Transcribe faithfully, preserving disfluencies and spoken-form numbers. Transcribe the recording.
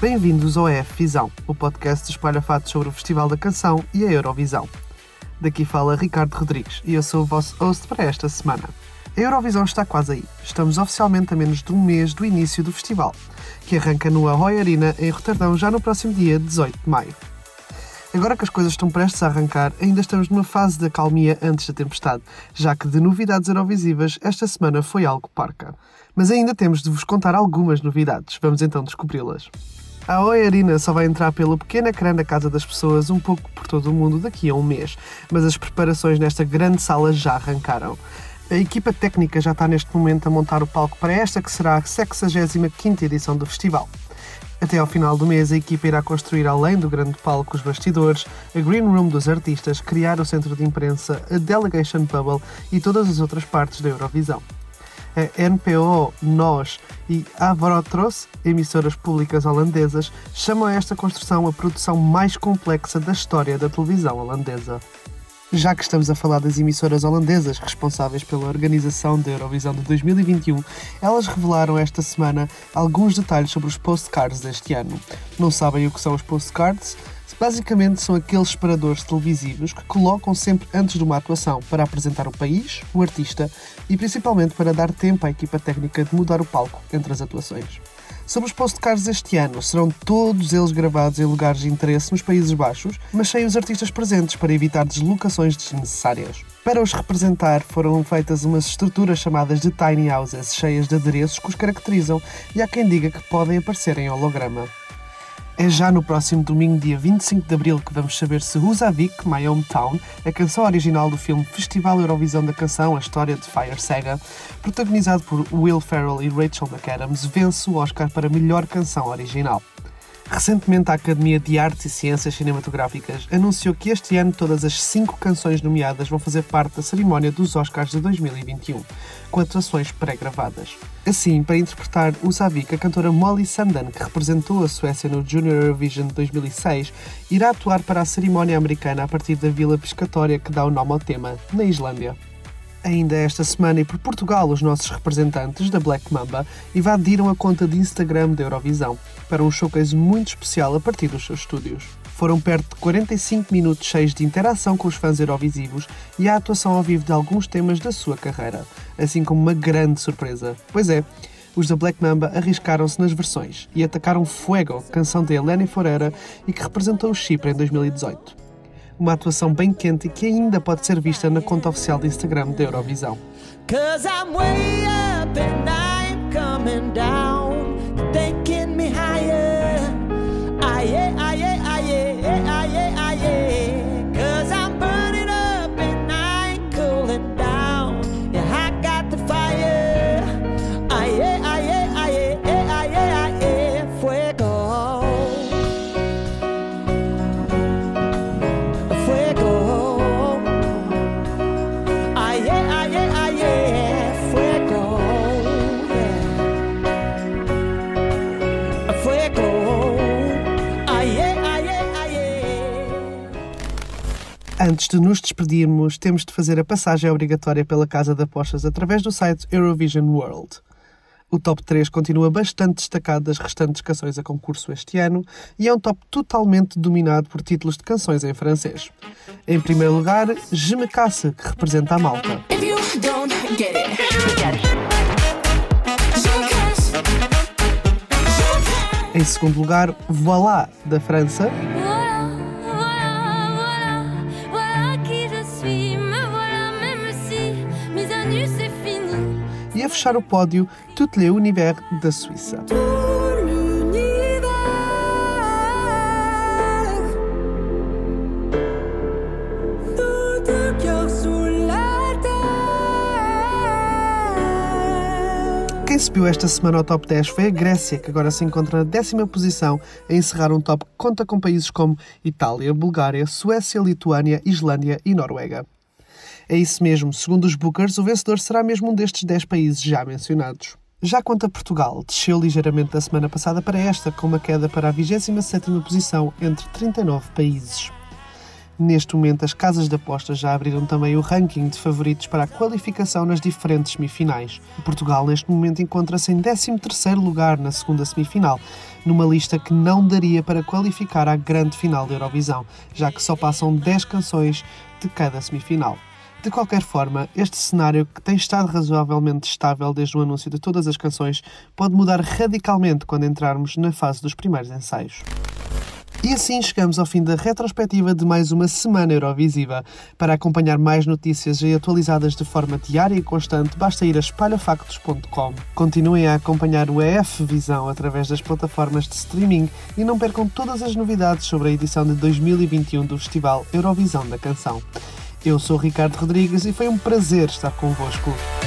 Bem-vindos ao E F Visão, o podcast que espalha fatos sobre o Festival da Canção e a Eurovisão. Daqui fala Ricardo Rodrigues e eu sou o vosso host para esta semana. A Eurovisão está quase aí. Estamos oficialmente a menos de um mês do início do festival, que arranca no Ahoy Arena em Roterdão já no próximo dia dezoito de maio. Agora que as coisas estão prestes a arrancar, ainda estamos numa fase de acalmia antes da tempestade, já que de novidades eurovisivas esta semana foi algo parca. Mas ainda temos de vos contar algumas novidades. Vamos então descobri-las. A Ahoy Arena só vai entrar pelo pequeno ecrã da casa das pessoas um pouco por todo o mundo daqui a um mês, mas as preparações nesta grande sala já arrancaram. A equipa técnica já está neste momento a montar o palco para esta que será a sexagésima quinta edição do festival. Até ao final do mês, a equipa irá construir, além do grande palco, os bastidores, a green room dos artistas, criar o centro de imprensa, a delegation bubble e todas as outras partes da Eurovisão. A N P O, Nós e Avrotros, emissoras públicas holandesas, chamam esta construção a produção mais complexa da história da televisão holandesa. Já que estamos a falar das emissoras holandesas responsáveis pela organização da Eurovisão de dois mil e vinte e um, elas revelaram esta semana alguns detalhes sobre os postcards deste ano. Não sabem o que são os postcards? Basicamente são aqueles separadores televisivos que colocam sempre antes de uma atuação para apresentar o país, o artista e principalmente para dar tempo à equipa técnica de mudar o palco entre as atuações. Sobre os postcards este ano, serão todos eles gravados em lugares de interesse nos Países Baixos, mas sem os artistas presentes para evitar deslocações desnecessárias. Para os representar, foram feitas umas estruturas chamadas de tiny houses, cheias de adereços que os caracterizam, e há quem diga que podem aparecer em holograma. É já no próximo domingo, dia vinte e cinco de abril, que vamos saber se Húsavík, My Hometown, a canção original do filme Festival Eurovisão da Canção, a história de Fire Saga, protagonizado por Will Ferrell e Rachel McAdams, vence o Oscar para melhor canção original. Recentemente, a Academia de Artes e Ciências Cinematográficas anunciou que este ano todas as cinco canções nomeadas vão fazer parte da cerimónia dos Oscars de dois mil e vinte e um, com atuações pré-gravadas. Assim, para interpretar Húsavík, a cantora Molly Sandén, que representou a Suécia no Junior Eurovision de dois mil e seis, irá atuar para a cerimónia americana a partir da vila pescatória que dá o nome ao tema, na Islândia. Ainda esta semana e por Portugal, os nossos representantes da Black Mamba invadiram a conta de Instagram da Eurovisão para um showcase muito especial a partir dos seus estúdios. Foram perto de quarenta e cinco minutos cheios de interação com os fãs eurovisivos e a atuação ao vivo de alguns temas da sua carreira, assim como uma grande surpresa. Pois é, os da Black Mamba arriscaram-se nas versões e atacaram Fuego, canção de Eleni Foureira e que representou o Chipre em dois mil e dezoito. Uma atuação bem quente e que ainda pode ser vista na conta oficial de Instagram da Eurovisão. Antes de nos despedirmos, temos de fazer a passagem obrigatória pela casa de apostas através do site Eurovision World. O top três continua bastante destacado das restantes canções a concurso este ano e é um top totalmente dominado por títulos de canções em francês. Em primeiro lugar, Je me casse, que representa a Malta. Em segundo lugar, Voilà, da França. E a fechar o pódio, Tout l'univers, da Suíça. Quem subiu esta semana ao top dez foi a Grécia, que agora se encontra na décima posição a encerrar um top que conta com países como Itália, Bulgária, Suécia, Lituânia, Islândia e Noruega. É isso mesmo, segundo os bookers, o vencedor será mesmo um destes dez países já mencionados. Já quanto a Portugal, desceu ligeiramente da semana passada para esta, com uma queda para a vigésima sétima posição entre trinta e nove países. Neste momento, as casas de apostas já abriram também o ranking de favoritos para a qualificação nas diferentes semifinais. Portugal, neste momento, encontra-se em décimo terceiro lugar na segunda semifinal, numa lista que não daria para qualificar à grande final da Eurovisão, já que só passam dez canções de cada semifinal. De qualquer forma, este cenário, que tem estado razoavelmente estável desde o anúncio de todas as canções, pode mudar radicalmente quando entrarmos na fase dos primeiros ensaios. E assim chegamos ao fim da retrospectiva de mais uma semana Eurovisiva. Para acompanhar mais notícias e atualizadas de forma diária e constante, basta ir a espalha factos ponto com. Continuem a acompanhar o E F Visão através das plataformas de streaming e não percam todas as novidades sobre a edição de dois mil e vinte e um do Festival Eurovisão da Canção. Eu sou o Ricardo Rodrigues e foi um prazer estar convosco.